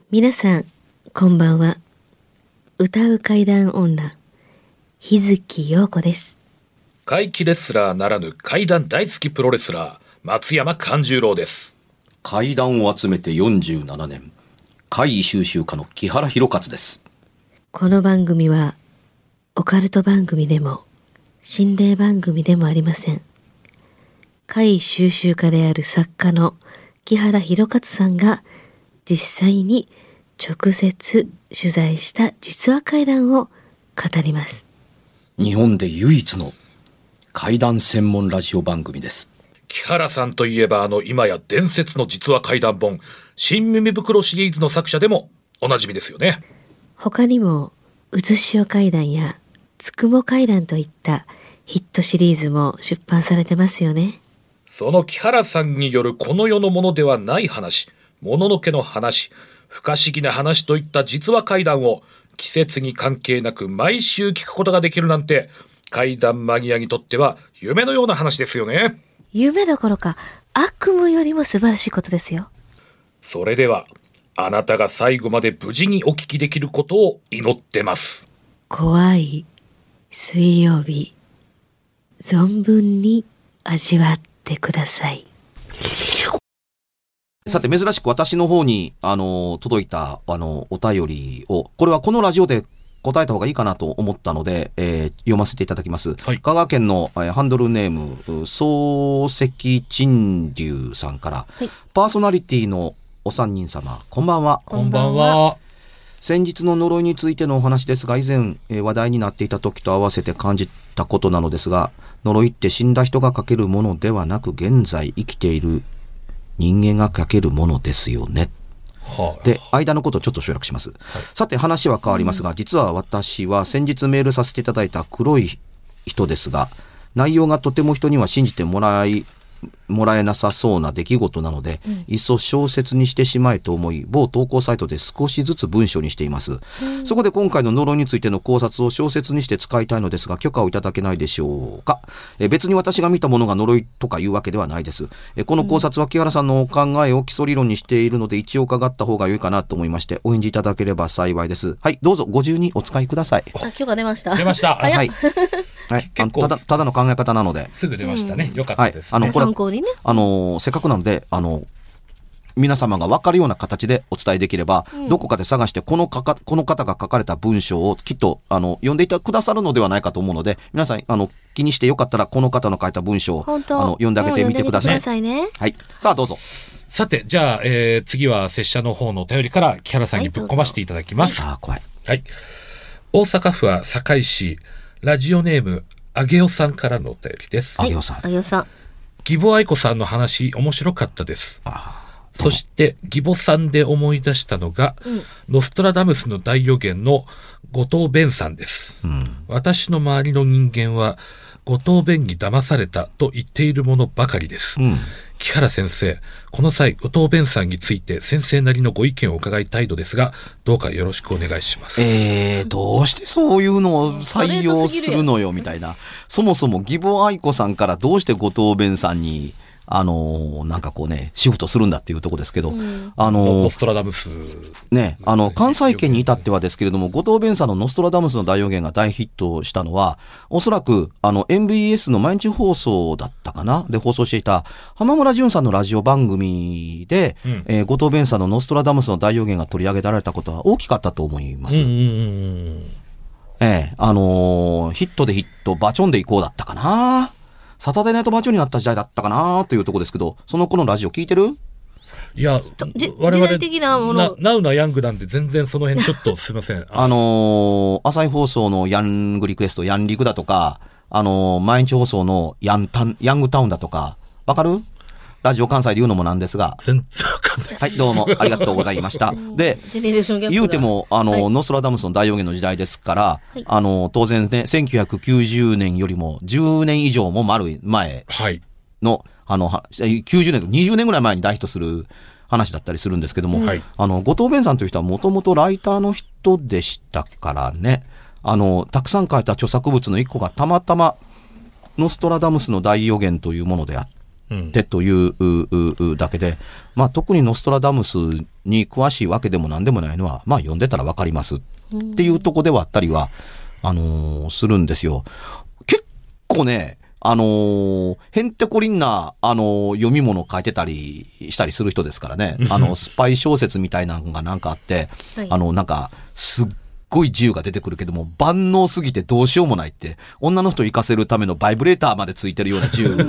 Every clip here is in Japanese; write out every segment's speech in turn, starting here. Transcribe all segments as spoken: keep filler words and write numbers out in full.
皆さんこんばんは。歌う怪談女日月陽子です。 怪奇レスラーならぬ怪談大好きプロレスラー松山勘十郎です。 怪談を集めてよんじゅうななねん、怪異収集家の木原博勝です。 この番組はオカルト番組でも心霊番組でもありません。怪異収集家である作家の木原博勝さんが実際に直接取材した実話怪談を語ります。 日本で唯一の怪談専門ラジオ番組です。 木原さんといえばあの今や伝説の実話怪談本新耳袋シリーズの作者でもおなじみですよね。 他にもうずしお怪談やつくも怪談といったヒットシリーズも出版されてますよね。 その木原さんによるこの世のものではない話、もののけの話、不可思議な話といった実話怪談を季節に関係なく毎週聞くことができるなんて、怪談マニアにとっては夢のような話ですよね。 夢どころか悪夢よりも素晴らしいことですよ。 それではあなたが最後まで無事にお聞きできることを祈ってます。 怖い水曜日、存分に味わってください。 さて、珍しく私の方にあの届いたあのお便りを、これはこのラジオで答えた方がいいかなと思ったので、えー、読ませていただきます。はい、香川県の、えー、ハンドルネーム漱石陳龍さんから、はい、パーソナリティのお三人様、こんばんは。 こんばんは。 先日の呪いについてのお話ですが、以前、えー、話題になっていた時と合わせて感じたことなのですが、呪いって死んだ人がかけるものではなく、現在生きている人間がかけるものですよね。はあ、で、間のことをちょっと省略します。はい、さて、話は変わりますが、うん、実は私は先日メールさせていただいた黒い人ですが、内容がとても人には信じてもらいもらえなさそうな出来事なので、うん、いっそ小説にしてしまえと思い、某投稿サイトで少しずつ文章にしています。うん、そこで今回の呪いについての考察を小説にして使いたいのですが、許可をいただけないでしょうか。え別に私が見たものが呪いとかいうわけではないです。えこの考察は木原さんのお考えを基礎理論にしているので、一応伺った方が良いかなと思いまして、お返事いただければ幸いです。はい、どうぞご自由にお使いください。 あ、許可出ました。 出ました。 はい。はい、あのただただの考え方なので。 すぐ出ましたね。よかったです、ね。 はい、あのこれ参考にね。 あのせっかくなので、あの皆様が分かるような形でお伝えできれば、うん、どこかで探してこのかかこの方が書かれた文章をきっとあの読んでいたくださるのではないかと思うので、皆さんあの気にしてよかったらこの方の書いた文章をあの読んであげてみてください。 うん、ね、 はい。さあどうぞ。 さて、じゃあ、えー、次は拙者の方のお便りから木原さんにぶっ込ませていただきます。 はい、あ、怖い。 はい。大阪府は堺市ラジオネームあげおさんからのお便りです。 あげおさん。 あげおさん。 義母愛子さんの話面白かったです。そして義母さんで思い出したのが、うん、ノストラダムスの大予言の後藤弁さんです、うん、私の周りの人間は後藤弁に騙されたと言っているものばかりです、うん、木原先生、この際後藤弁さんについて先生なりのご意見を伺いたいのですが、どうかよろしくお願いします。 えー、どうしてそういうのを採用するのよみたいな。そもそも義母愛子さんからどうして後藤弁さんにあのー、なんかこうねシフトするんだっていうところですけど、うん、あのー、 ノストラダムスね、あの関西圏に至ってはですけれども、後藤弁さんのノストラダムスの大予言が大ヒットしたのは、おそらくあの エムビーエス の毎日放送だったかなで放送していた浜村淳さんのラジオ番組で、うん、えー、後藤弁さんのノストラダムスの大予言が取り上げられたことは大きかったと思います。うんうんうん、ええー、あのー、ヒットでヒットバチョンでいこうだったかな、サタデーナイトバチョンになった時代だったかなというところですけど、その子のラジオ聞いてる？ いや、我々なナウなヤングなんで全然その辺ちょっとすいません。 あのー、朝日放送のヤングリクエスト、ヤンリクだとか、あのー、毎日放送のヤンタン、ヤングタウンだとか、わかる？ラジオ関西で言うのもなんですが。 全然わかんないです。 はい、どうもありがとうございました。で、言うても、あの、はい、ノストラダムスの大予言の時代ですから、はい、あの、当然ね、せんきゅうひゃくきゅうじゅうねんよりもじゅうねん以上も前の、あの、きゅうじゅうねんとにじゅうねんぐらい前に大ヒットする話だったりするんですけども、はい、あの、後藤弁さんという人はもともとライターの人でしたからね、あの、たくさん書いた著作物の一個がたまたまノストラダムスの大予言というものであって、 ってというだけで、まあ特にノストラダムスに詳しいわけでも何でもないのは、まあ読んでたらわかりますっていうとこではあったりは、あのー、するんですよ。結構ね、あのー、へんてこりんな、あのー、読み物書いてたりしたりする人ですからね。あの、スパイ小説みたいなのがなんかあって、はい、あの、なんか、すっごい銃が出てくるけども、万能すぎてどうしようもないって、女の人を行かせるためのバイブレーターまでついてるような銃。うん。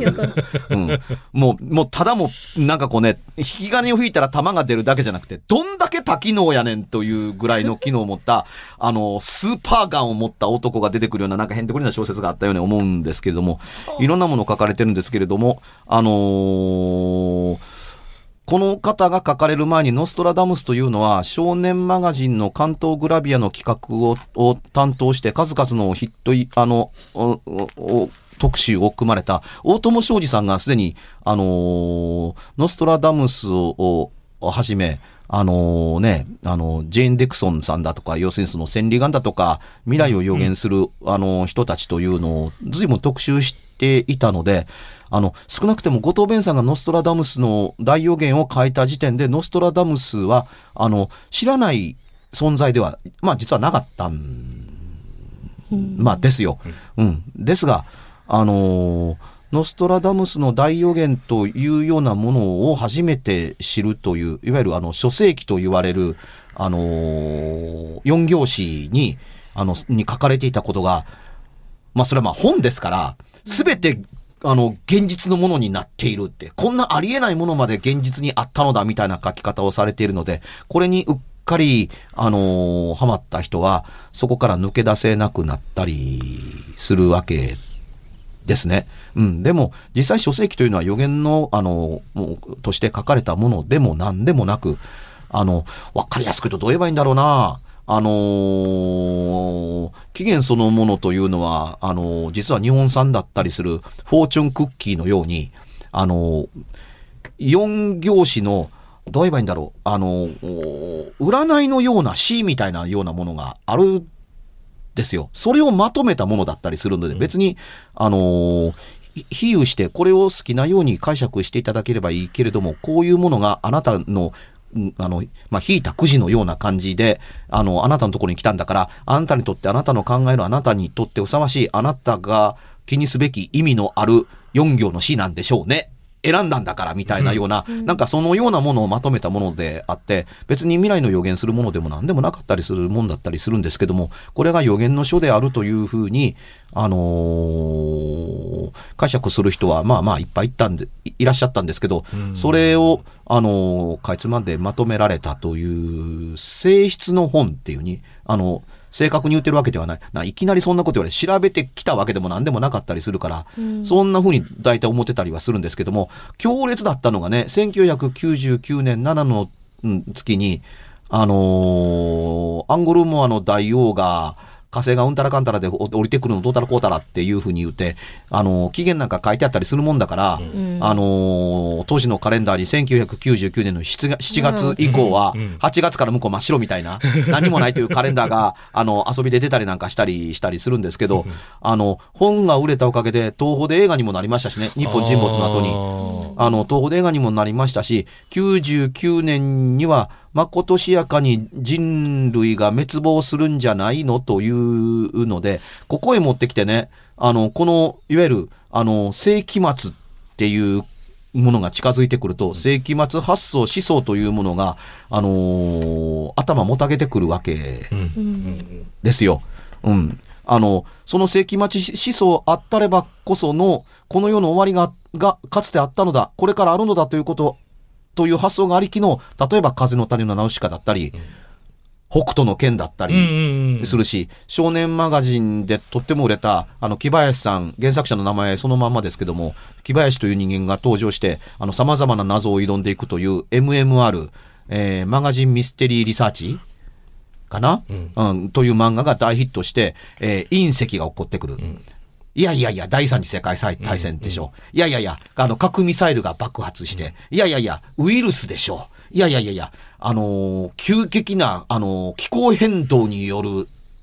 もう、もうただも、なんかこうね、引き金を吹いたら弾が出るだけじゃなくて、どんだけ多機能やねんというぐらいの機能を持った、あの、スーパーガンを持った男が出てくるような、なんかへんてこりな小説があったように思うんですけれども、いろんなもの書かれてるんですけれども、あのー、この方が書かれる前にノストラダムスというのは少年マガジンの関東グラビアの企画を、を担当して数々のヒットい、あの、特集を組まれた大友昌司さんがすでに、あのー、ノストラダムスを、をはじめ、あのー、ね、あの、ジェーン・デクソンさんだとか、要するにその千里眼だとか、未来を予言する、うん、あの、人たちというのを随分特集していたので、あの、少なくても後藤弁さんがノストラダムスの大予言を書いた時点で、ノストラダムスは、あの、知らない存在では、まあ実はなかったん、まあですよ。うん。ですが、あのー、ノストラダムスの大予言というようなものを初めて知るという、いわゆるあの、書世記と言われる、あのー、四行詩に、あの、に書かれていたことが、まあそれはまあ本ですから、すべて、あの、現実のものになっているって、こんなありえないものまで現実にあったのだみたいな書き方をされているので、これにうっかり、あのー、ハマった人は、そこから抜け出せなくなったりするわけですね。うん。でも、実際書世記というのは予言の、あの、もう、として書かれたものでも何でもなく、あの、わかりやすく言うとどう言えばいいんだろうな。あのー、起源そのものというのは、あのー、実は日本産だったりするフォーチュンクッキーのように、あのー、四行詞の、どう言えばいいんだろう、あのー、占いのような詩みたいなようなものがあるんですよ。それをまとめたものだったりするので、別に、あのー、比喩してこれを好きなように解釈していただければいいけれども、こういうものがあなたのあの、まあ、引いたくじのような感じで、あの、あなたのところに来たんだから、あなたにとってあなたの考えるあなたにとってふさわしい、あなたが気にすべき意味のある四行の詩なんでしょうね。選んだんだからみたいなような、うん、なんかそのようなものをまとめたものであって、別に未来の予言するものでも何でもなかったりするもんだったりするんですけども、これが予言の書であるというふうに、あのー、解釈する人はまあまあいっぱいいたんで、いらっしゃったんですけど、うん、それを、あのー、かいつまんでまとめられたという性質の本っていうに、あの、正確に言ってるわけではない。ないきなりそんなこと言われ調べてきたわけでも何でもなかったりするから、うん、そんな風に大体思ってたりはするんですけども、強烈だったのがね、せんきゅうひゃくきゅうじゅうきゅうねんしちの月に、あのー、アンゴルモアの大王が、火星がうんたらかんたらで降りてくるのどうたらこうたらっていうふうに言うて、あのー、期限なんか書いてあったりするもんだから、うん、あのー、当時のカレンダーにせんきゅうひゃくきゅうじゅうきゅうねんのしちがつ以降は、はちがつから向こう真っ白みたいな、何もないというカレンダーが、あの、遊びで出たりなんかしたりしたりするんですけど、あの、本が売れたおかげで、東宝で映画にもなりましたしね、日本沈没の後に。あの、東宝で映画にもなりましたし、きゅうじゅうきゅうねんには、まことしやかに人類が滅亡するんじゃないのというので、ここへ持ってきてね、あの、この、いわゆる、あの、世紀末っていうものが近づいてくると、世紀末発想、思想というものが、あのー、頭もたげてくるわけですよ。うん。あの、その世紀末思想あったればこその、この世の終わりが、が、かつてあったのだ、これからあるのだということ、という発想がありきの、例えば風の谷のナウシカだったり、うん、北斗の拳だったりするし、うんうんうん、少年マガジンでとっても売れた、あの、木林さん、原作者の名前そのまんまですけども、木林という人間が登場して、あの、様々な謎を挑んでいくという エムエムアール、えー、マガジンミステリーリサーチかな、うんうん、という漫画が大ヒットして、えー、隕石が起こってくる。うん、いやいやいや、第三次世界大戦でしょ。うんうん、いやいやいや、あの、核ミサイルが爆発して、うん、いやいやいや、ウイルスでしょ。いやいやいやいや、あのー、急激な、あのー、気候変動による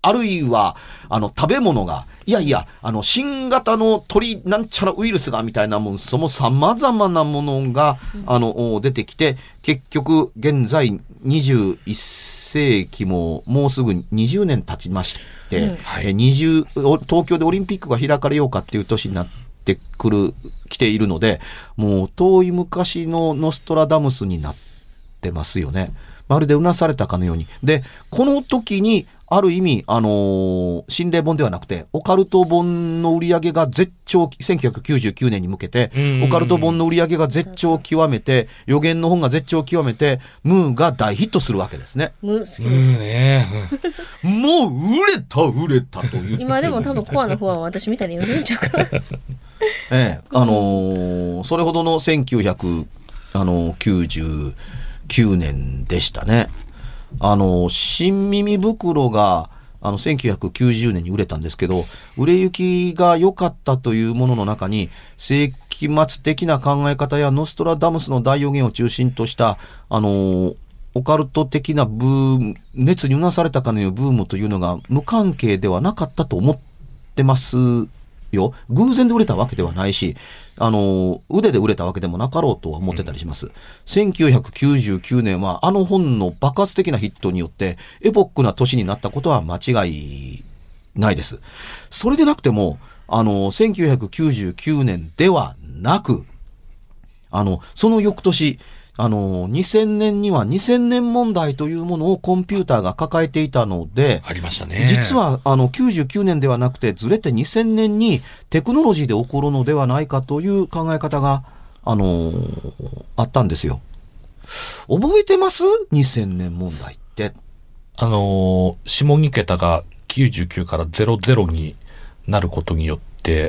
あるいは、あの、食べ物が、いやいや、あの、新型の鳥なんちゃらウイルスが、みたいなもん、その様々なものが、うん、あの、出てきて、結局、現在、にじゅういっせいきも、もうすぐにじゅうねん経ちまして、うんはい、にじゅう東京でオリンピックが開かれようかっていう年になってくる、来ているので、もう、遠い昔のノストラダムスになってますよね。まるでうなされたかのように。で、この時に、ある意味、あのー、心霊本ではなくて、オカルト本の売り上げが絶頂、せんきゅうひゃくきゅうじゅうきゅうねんに向けて、オカルト本の売り上げが絶頂を極めて、予言の本が絶頂を極めて、ムーが大ヒットするわけですね。 ムー好きです。 ね、 もう売れた、売れたという。 今でも多分コアの方は私みたいに読んでるんちゃうかな。 ええ、あのー、それほどのせんきゅうひゃくきゅうじゅうきゅうねんでしたね。あの、新耳袋が、あの、せんきゅうひゃくきゅうじゅうねんに売れたんですけど、売れ行きが良かったというものの中に、世紀末的な考え方やノストラダムスの大予言を中心とした、あの、オカルト的なブーム、熱にうなされたかのようなブームというのが無関係ではなかったと思ってますよ。偶然で売れたわけではないし、あの、腕で売れたわけでもなかろうとは思ってたりします。うん、せんきゅうひゃくきゅうじゅうきゅうねんはあの本の爆発的なヒットによってエポックな年になったことは間違いないです。それでなくても、あの、せんきゅうひゃくきゅうじゅうきゅうねんではなく、あの、その翌年、あの、にせんねんにはにせんねん問題というものをコンピューターが抱えていたので、 ありましたね。 実は、あの、きゅうじゅうきゅうねんではなくて、ずれてにせんねんにテクノロジーで起こるのではないかという考え方が、あのー、あったんですよ。覚えてます？ にせんねん問題って。 あのー、下に桁がきゅうじゅうきゅうからゼロゼロになることによって、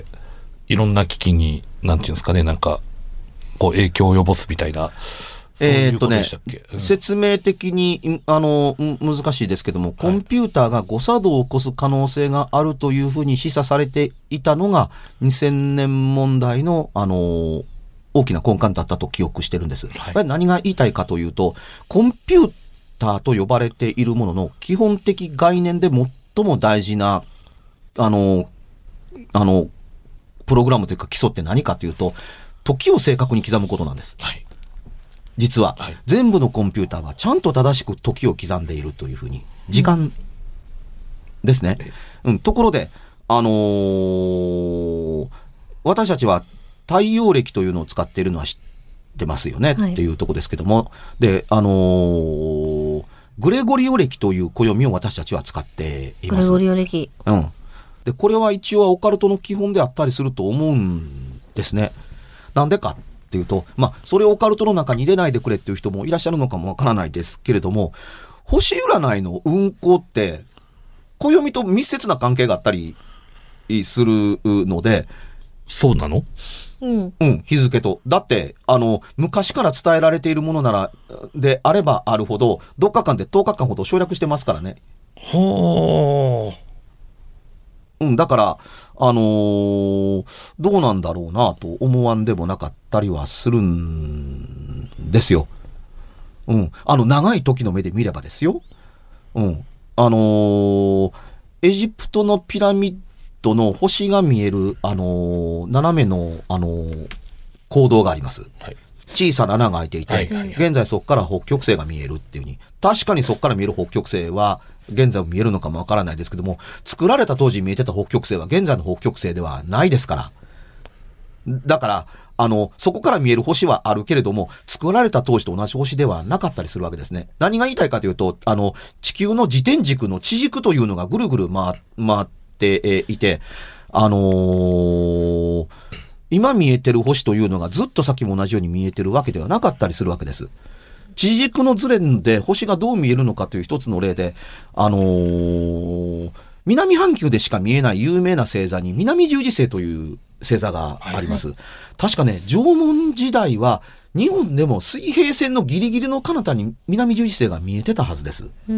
いろんな機器に、なんていうんですかね、なんか、こう影響を及ぼすみたいな、 えーっとね、 うん、 説明的に、あの、難しいですけども、コンピューターが誤作動を起こす可能性があるというふうに示唆されていたのが、にせんねん問題の、あの、大きな根幹だったと記憶してるんです。はい、何が言いたいかというと、コンピューターと呼ばれているものの基本的概念で最も大事な、あの、あの、プログラムというか基礎って何かというと、時を正確に刻むことなんです。はい、実は、はい、全部のコンピューターはちゃんと正しく時を刻んでいるというふうに、時間ですね。うん、ところで、あのー、私たちは太陽暦というのを使っているのは知ってますよね、はい、っていうところですけども、で、あのー、グレゴリオ暦という暦を私たちは使っています。 グレゴリオ暦。 うん。で、これは一応オカルトの基本であったりすると思うんですね。なんでかっていうと、まあ、それをオカルトの中に入れないでくれっていう人もいらっしゃるのかもわからないですけれども、星占いの運行って、暦と密接な関係があったりするので、 そうなの？ うん。 うん、日付と。だって、あの、昔から伝えられているものなら、であればあるほど、どっか間でとおかかんほど省略してますからね。 ほー。 うん、だから、あのー、どうなんだろうなと思わんでもなかったりはするんですよ。うん。あの、長い時の目で見ればですよ。うん。あのー、エジプトのピラミッドの星が見える、あのー、斜めの、あのー、坑道があります。はい。小さな穴が開いていて、はいはいはい、現在そこから北極星が見えるっていう風に。確かにそこから見える北極星は、現在も見えるのかもわからないですけども、作られた当時見えてた北極星は現在の北極星ではないですから。だから、あの、そこから見える星はあるけれども、作られた当時と同じ星ではなかったりするわけですね。何が言いたいかというと、あの、地球の自転軸の地軸というのがぐるぐる回、回っていて、あのー、今見えてる星というのがずっと先も同じように見えてるわけではなかったりするわけです。地軸のズレで星がどう見えるのかという一つの例で、あのー、南半球でしか見えない有名な星座に南十字星という星座があります。はい、確かね、縄文時代は日本でも水平線のギリギリの彼方に南十字星が見えてたはずです。 うん。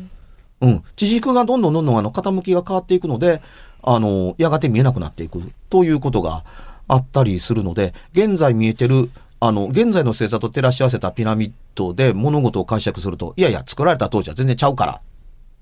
うん。地軸がどんどんどんどんあの傾きが変わっていくので、あの、やがて見えなくなっていくということがあったりするので、現在見えてるあの、現在の星座と照らし合わせたピラミッドで物事を解釈すると、いやいや、作られた当時は全然ちゃうからっ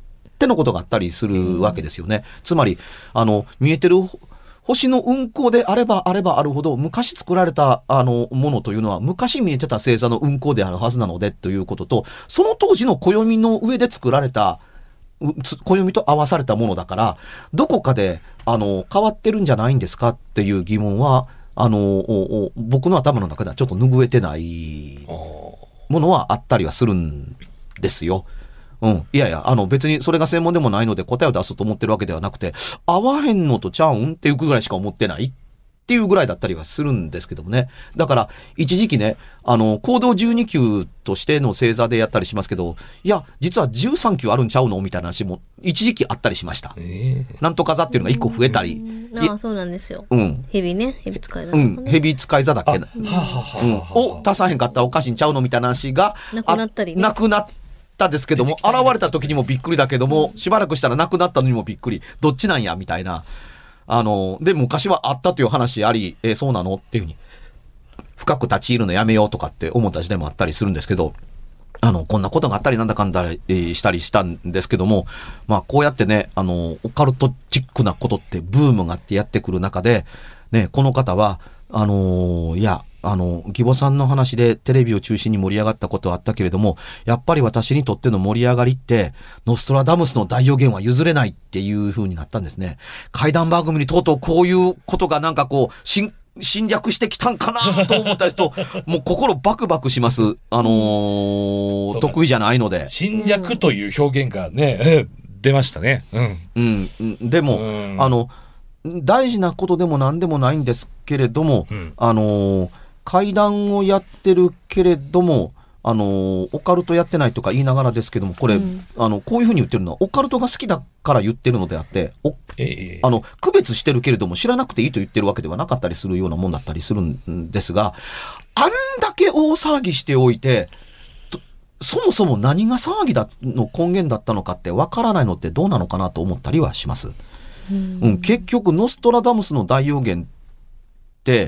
ってのことがあったりするわけですよね。つまり、あの、見えてる星の運行であればあればあるほど、昔作られたあのものというのは昔見えてた星座の運行であるはずなのでということと、その当時の暦の上で作られた暦と合わされたものだから、どこかであの変わってるんじゃないんですかっていう疑問は、あの僕の頭の中ではちょっと拭えてないものはあったりはするんですよ。うん。いやいや、あの別にそれが専門でもないので答えを出そうと思ってるわけではなくて、合わへんのとちゃうんっていうぐらいしか思ってないっていうぐらいだったりはするんですけどもね。だから一時期ね、あの行動じゅうに級としての星座でやったりしますけど、いや実はじゅうさん級あるんちゃうのみたいな話も一時期あったりしました。えー、なんとか座っていうのがいっこ増えたり。 ああ、そうなんですよ。 うん。 蛇ね、蛇使い座、 ね。うん、蛇使い座だっけな。 ははははを足さへんかったらおかしいんちゃうのみたいな話がなくなったりね。 なくなったですけども、現れた時にもびっくりだけども、しばらくしたらなくなったのにもびっくり。どっちなんやみたいな。あの、で、昔はあったという話あり、えー、そうなのっていうふうに、深く立ち入るのやめようとかって思った時代もあったりするんですけど、あの、こんなことがあったりなんだかんだ、えー、したりしたんですけども、まあ、こうやってね、あの、オカルトチックなことってブームがあってやってくる中で、ね、この方は、あのー、いや、あの、義母さんの話でテレビを中心に盛り上がったことはあったけれども、やっぱり私にとっての盛り上がりって、ノストラダムスの大予言は譲れないっていう風になったんですね。怪談番組にとうとうこういうことがなんかこう、侵、侵略してきたんかなと思ったりすると、もう心バクバクします。あのー、得意じゃないので。 侵略という表現がね、出ましたね。 うん。うん。でも、うん、あの、大事なことでも何でもないんですけれども、うん、あのー、怪談をやってるけれども、あの、オカルトやってないとか言いながらですけども、これ、うん、あの、こういうふうに言ってるのは、オカルトが好きだから言ってるのであって、おえー、あの、区別してるけれども、知らなくていいと言ってるわけではなかったりするようなもんだったりするんですが、あんだけ大騒ぎしておいて、そもそも何が騒ぎだの根源だったのかってわからないのってどうなのかなと思ったりはします。うん、うん、結局、ノストラダムスの大予言って、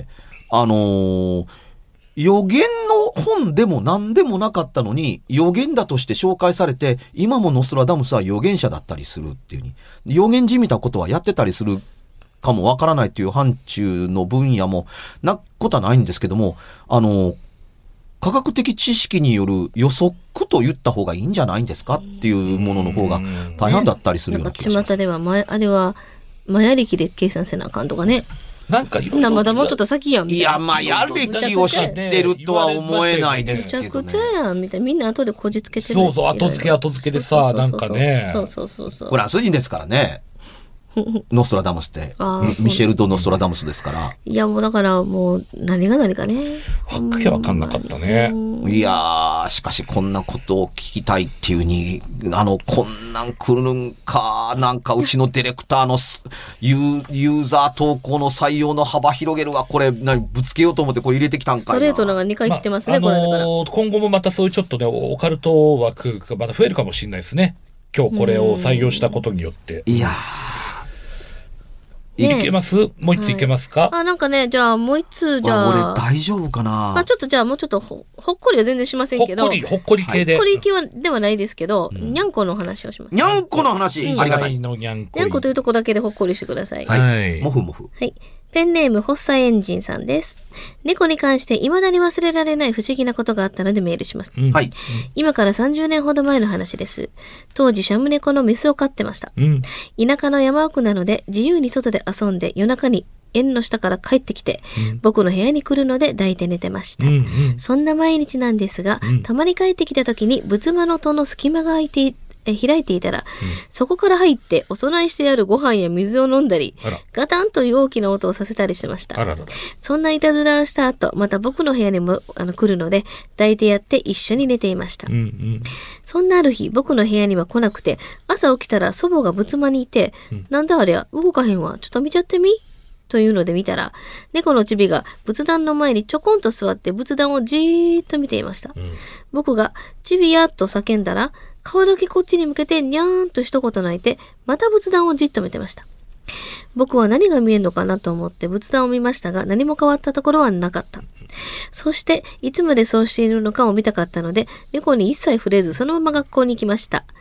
あのー、予言の本でも何でもなかったのに、予言だとして紹介されて、今もノストラダムスは預言者だったりするっていうに、予言じみたことはやってたりするかもわからないっていう範疇の分野もなことはないんですけども、あのー、科学的知識による予測と言った方がいいんじゃないんですかっていうものの方が大半だったりするような気がします。 巷では前、あれは、マヤ歴で計算せなあかんとかね。 なんかいろいろまだもうちょっと先やんみたいな。 いや、まあ、や歴を知ってるとは思えないですけどね。 めちゃくちゃやんみたいな。みんな後でこじつけてる。 そうそう、後付け後付けでさ、なんかね。 そうそうそうそう。 フランス人ですからね。ノストラダムスって。ミシェル・ド・ノストラダムスですから。 いや、もうだからもう何が何かね。 わけわかんなかったね。 いやー、しかしこんなことを聞きたいっていうに、あの、こんなん来るんか、なんかうちのディレクターのユー、ユーザー投稿の採用の幅広げるわ、これ、何、ぶつけようと思ってこれ入れてきたんかいな。 ストレートのがにかい来てますね、まあ、これだから。 あのー、今後もまたそういうちょっとね、オカルト枠がまた増えるかもしれないですね。今日これを採用したことによって。 いやー。 いけます、ね、もう一ついけますか、 はい、あ、なんかね、じゃあもう一つ、じゃあ。 俺大丈夫かな。 あ、ちょっとじゃあもうちょっとほ、ほっこりは全然しませんけど。 ほっこり、ほっこり系で。 ほっこり系は、ではないですけど、うん、にゃんこの話をします。 にゃんこの話、うん、ありがたい。 にゃんこというとこだけでほっこりしてください。 はい。もふもふ。 はい。ペンネーム、ホッサエンジンさんです。猫に関して未だに忘れられない不思議なことがあったのでメールします。 うん、はい。 今からさんじゅうねんほど前の話です。当時、シャム猫のメスを飼ってました。うん、田舎の山奥なので、自由に外で遊んで夜中に縁の下から帰ってきて、うん、僕の部屋に来るので抱いて寝てました。うんうん、そんな毎日なんですが、うん、たまに帰ってきた時に仏間の戸の隙間が空いていて、え開いていたら、うん、そこから入ってお供えしてあるご飯や水を飲んだり、ガタンという大きな音をさせたりしてました。 あららら。 そんないたずらをした後、また僕の部屋にもあの来るので、抱いてやって一緒に寝ていました。うんうん、そんなある日、僕の部屋には来なくて、朝起きたら祖母が仏間にいて、うん、なんだあれや、動かへんわ、ちょっと見ちゃってみというので見たら、猫のチビが仏壇の前にちょこんと座って仏壇をじーっと見ていました。うん、僕がチビやっと叫んだら、顔だけこっちに向けてにゃーんと一言泣いて、また仏壇をじっと見てました。僕は何が見えるのかなと思って仏壇を見ましたが、何も変わったところはなかった。そして、いつまでそうしているのかを見たかったので、猫に一切触れずそのまま学校に行きました。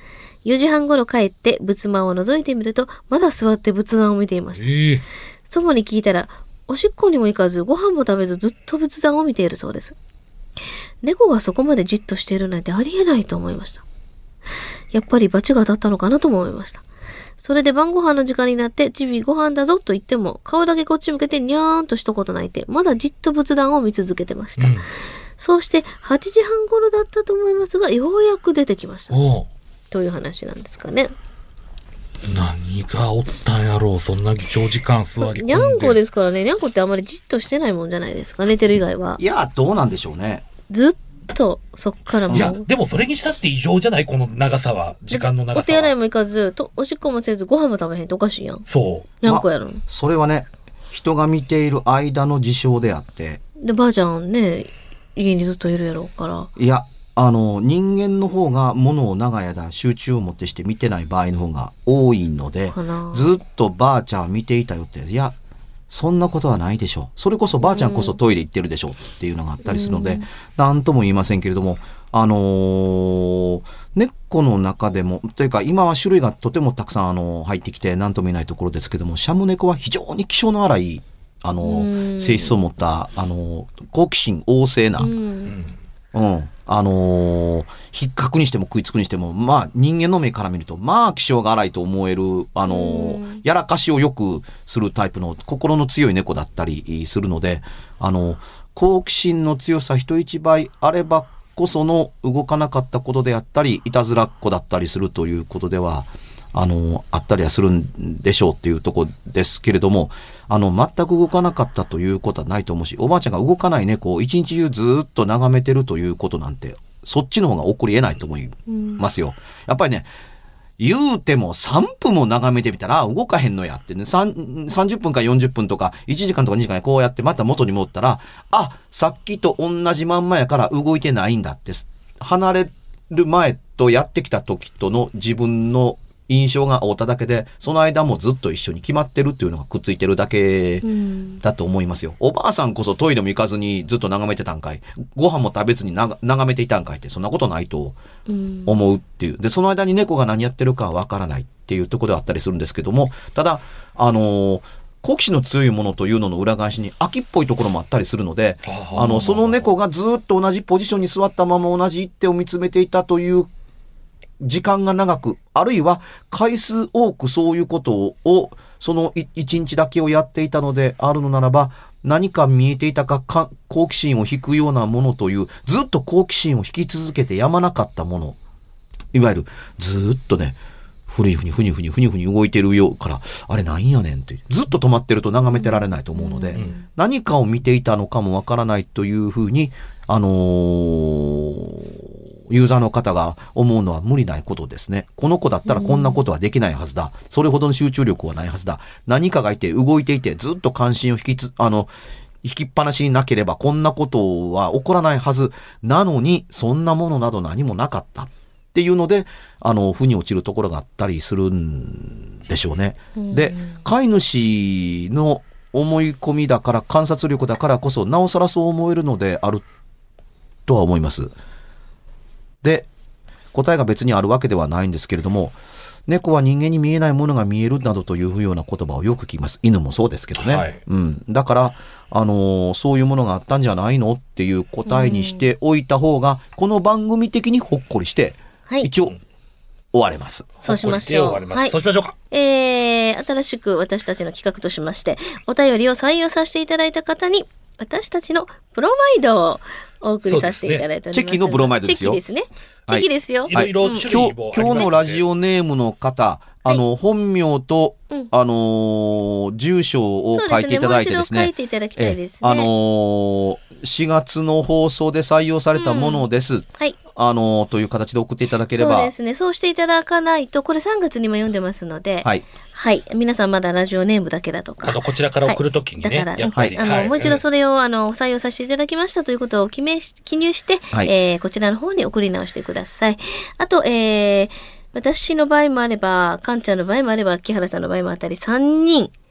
よじはん頃帰って仏間を覗いてみると、まだ座って仏壇を見ていました。 えー、 祖母に聞いたら、おしっこにも行かず、ご飯も食べずずっと仏壇を見ているそうです。猫がそこまでじっとしているなんてありえないと思いました。やっぱり罰が当たったのかなとも思いました。それで晩ご飯の時間になって、チビご飯だぞと言っても、顔だけこっち向けてにゃーんと一言泣いて、まだじっと仏壇を見続けてました。うん、そうしてはちじはん頃だったと思いますが、ようやく出てきました。という話なんですかね。 何がおったんやろう、そんな長時間座り込んで。 にゃんこですからね。にゃんこってあまりじっとしてないもんじゃないですか、寝てる以外は。 いや、どうなんでしょうね。 ずっとそっからもう。 いや、でもそれにしたって異常じゃない、この長さは。時間の長さは。 お手洗いも行かず、とおしっこもせず、ご飯も食べへんとおかしいやん。 そう。 にゃんこやろ、ま、 それはね、人が見ている間の事象であって。 で、ばあちゃんね、家にずっといるやろうから。 いや、あの、人間の方が物を長い間集中を持ってして見てない場合の方が多いので、ずっとばあちゃんは見ていたよって、いや、そんなことはないでしょう。それこそばあちゃんこそトイレ行ってるでしょうっていうのがあったりするので、何とも言いませんけれども、あのー、猫の中でも、というか今は種類がとてもたくさんあの入ってきて何とも言えないところですけども、シャム猫は非常に気性の荒い、あの、性質を持った、あの、好奇心旺盛な、うんうん。あのー、引っかくにしても食いつくにしても、まあ人間の目から見ると、まあ気性が荒いと思える、あのー、やらかしをよくするタイプの心の強い猫だったりするので、あの、好奇心の強さ人一倍あればこその動かなかったことであったり、いたずらっ子だったりするということでは、あの、あったりはするんでしょうっていうところですけれども、あの、全く動かなかったということはないと思うし、おばあちゃんが動かない猫を一日中ずっと眺めてるということなんて、そっちの方が起こり得ないと思いますよ。うん、やっぱりね、言うてもさんぷんも眺めてみたら、動かへんのやってね、さんじゅっぷんかよんじゅっぷんとか、いちじかんとかにじかんこうやってまた元に戻ったら、あ、さっきと同じまんまやから動いてないんだって、離れる前とやってきた時との自分の印象が合っただけで、その間もずっと一緒に決まってるっていうのがくっついてるだけだと思いますよ。うん、おばあさんこそトイレも行かずにずっと眺めてたんかい。ご飯も食べずにな眺めていたんかいって、そんなことないと思うっていう。で、その間に猫が何やってるかわからないっていうところではあったりするんですけども、ただ、あのー、好奇心の強いものというのの裏返しに秋っぽいところもあったりするので、あの、その猫がずっと同じポジションに座ったまま同じ一手を見つめていたという時間が長く、あるいは回数多くそういうことをその一日だけをやっていたのであるのならば、何か見えていたか、か好奇心を引くようなものという、ずっと好奇心を引き続けてやまなかったもの、いわゆるずっとね、ふにふにふにふにふにふに動いてるようから、あれなんやねんってずっと止まってると眺めてられないと思うので、うん、何かを見ていたのかもわからないというふうに、あのーユーザーの方が思うのは無理ないことですね。この子だったらこんなことはできないはずだ。それほどの集中力はないはずだ。何かがいて動いていてずっと関心を引きつ、あの、引きっぱなしになければこんなことは起こらないはずなのに、そんなものなど何もなかったっていうので、あの、負に落ちるところがあったりするんでしょうね。で、飼い主の思い込みだから、観察力だからこそ、なおさらそう思えるのであるとは思います。で、答えが別にあるわけではないんですけれども、猫は人間に見えないものが見えるなどというような言葉をよく聞きます。犬もそうですけどね。はい、うん。だから、あのー、そういうものがあったんじゃないのっていう答えにしておいた方が、この番組的にほっこりして、はい、一応、終われます。 そうしましょう。 はい、そうしましょうか。 えー、新しく私たちの企画としまして、お便りを採用させていただいた方に、私たちのプロマイドをお送りさせていただいております。 チェキのブロマイドですよ。 チェキですね。チェキですよ。 はい、いろいろ種類もありますね。 今日のラジオネームの方、あの、はい、本名と、うん、あのー、住所を書いていただいてですね。 そうですね。もう一度書いていただきたいですね。 あのー、しがつの放送で採用されたものです。うん、はい。あのー、という形で送っていただければ。 そうですね。そうしていただかないと、これさんがつにも読んでますので。はい。はい。皆さんまだラジオネームだけだとか。 あの、こちらから送るときにね。はい、だから、やっぱり、 あの、はい、もう一度それを、あの、採用させていただきましたということを記名し、記入して、はい、えー、こちらの方に送り直してください。あと、えー、私の場合もあれば、かんちゃんの場合もあれば、木原さんの場合もあったり、さんにん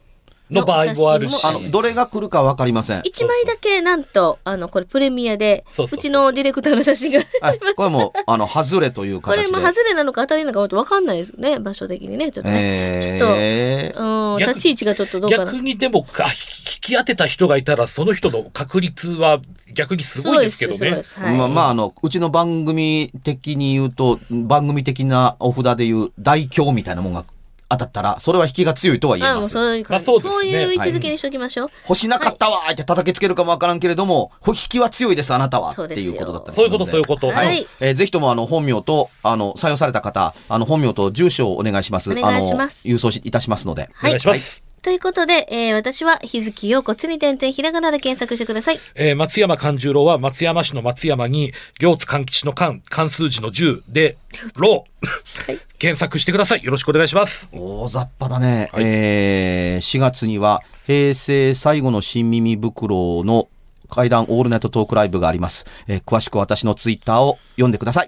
の場合もあるし。 あの、どれが来るかわかりません。 一枚だけなんと、あの、これプレミアで、 そうそうそううちのディレクターの写真があります。 これも、あの、外れという形で。 これも外れなのか当たりなのかもわかんないですね。場所的にね。ちょっとね。 えー、 ちょっと、うん、立ち位置がちょっとどうかな。 逆にでも、あ引き当てた人がいたら、その人の確率は逆にすごいですけどね。 そうですそうです、はい、 まあ、まあ、あの、うちの番組的に言うと、番組的なお札で言う大凶みたいなもんが当たったら、それは引きが強いとは言えあもうます。 そういう感じ、 まあそうですねそういう位置づけにしときましょう。 欲しなかったわーって叩きつけるかもわからんけれども、引きは強いです、あなたは。っていうことだったりするので。 そういうこと、そういうこと。 はいはい。えーぜひとも、あの、本名と、あの、採用された方、あの、本名と住所をお願いします。 お願いしますあの、郵送しいたしますので。 お願いします。 ということで、えー、私は日月陽子つに点々ひらがなで検索してください。 えー、松山勘十郎は松山市の松山に、両津勘吉の勘、漢数字のじゅうで、ろう、はい、検索してください。よろしくお願いします。 大雑把だね。 はい、 えー、しがつには、平成最後の新耳袋の怪談オールナイトトークライブがあります。えー、詳しく私のツイッターを読んでください。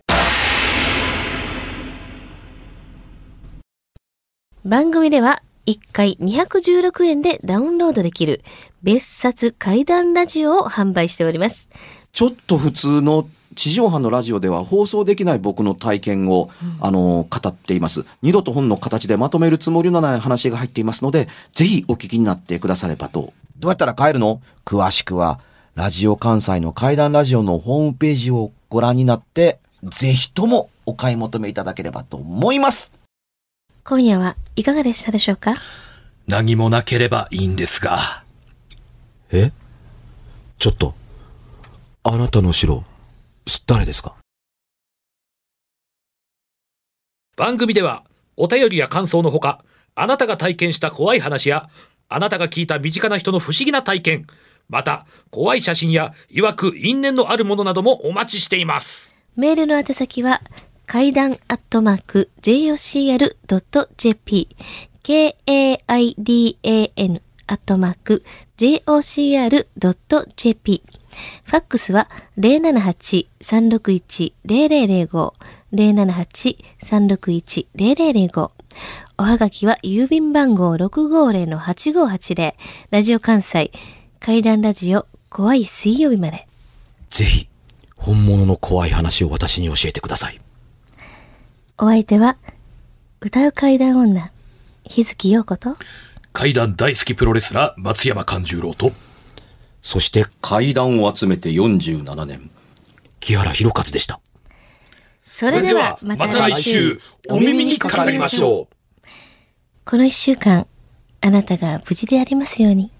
番組ではいっかいにひゃくじゅうろくえんでダウンロードできる別冊怪談ラジオを販売しております。 ちょっと普通の地上波のラジオでは放送できない僕の体験を、うん、あの語っています。二度と本の形でまとめるつもりのない話が入っていますので、ぜひお聞きになってくださればと。どうやったら買えるの？詳しくはラジオ関西の怪談ラジオのホームページをご覧になって、ぜひともお買い求めいただければと思います。 今夜はいかがでしたでしょうか？ 何もなければいいんですが。 え？ちょっと、あなたの城、誰ですか？ 番組ではお便りや感想のほか、あなたが体験した怖い話や、あなたが聞いた身近な人の不思議な体験、また怖い写真や曰く因縁のあるものなどもお待ちしています。 メールの宛先は怪談アットマーク ジェイオーシーエルドットジェーピー KAIDAN アットマーク ジェイオーシーアールドットジェーピー。ファックスは ゼロななはち さんろくいち ゼロゼロゼロご ゼロななはち さんろくいち ゼロゼロゼロご。おはがきは郵便番号 ろくごーゼロのはちごーはちゼロ ラジオ関西怪談ラジオ怖い水曜日まで。 ぜひ本物の怖い話を私に教えてください。 お相手は歌う怪談女日月陽子と怪談大好きプロレスラー松山勘十郎と、 そして怪談を集めてよんじゅうななねん木原博一でした。 それではまた来週お耳にかかりましょう。 この一週間あなたが無事でありますように。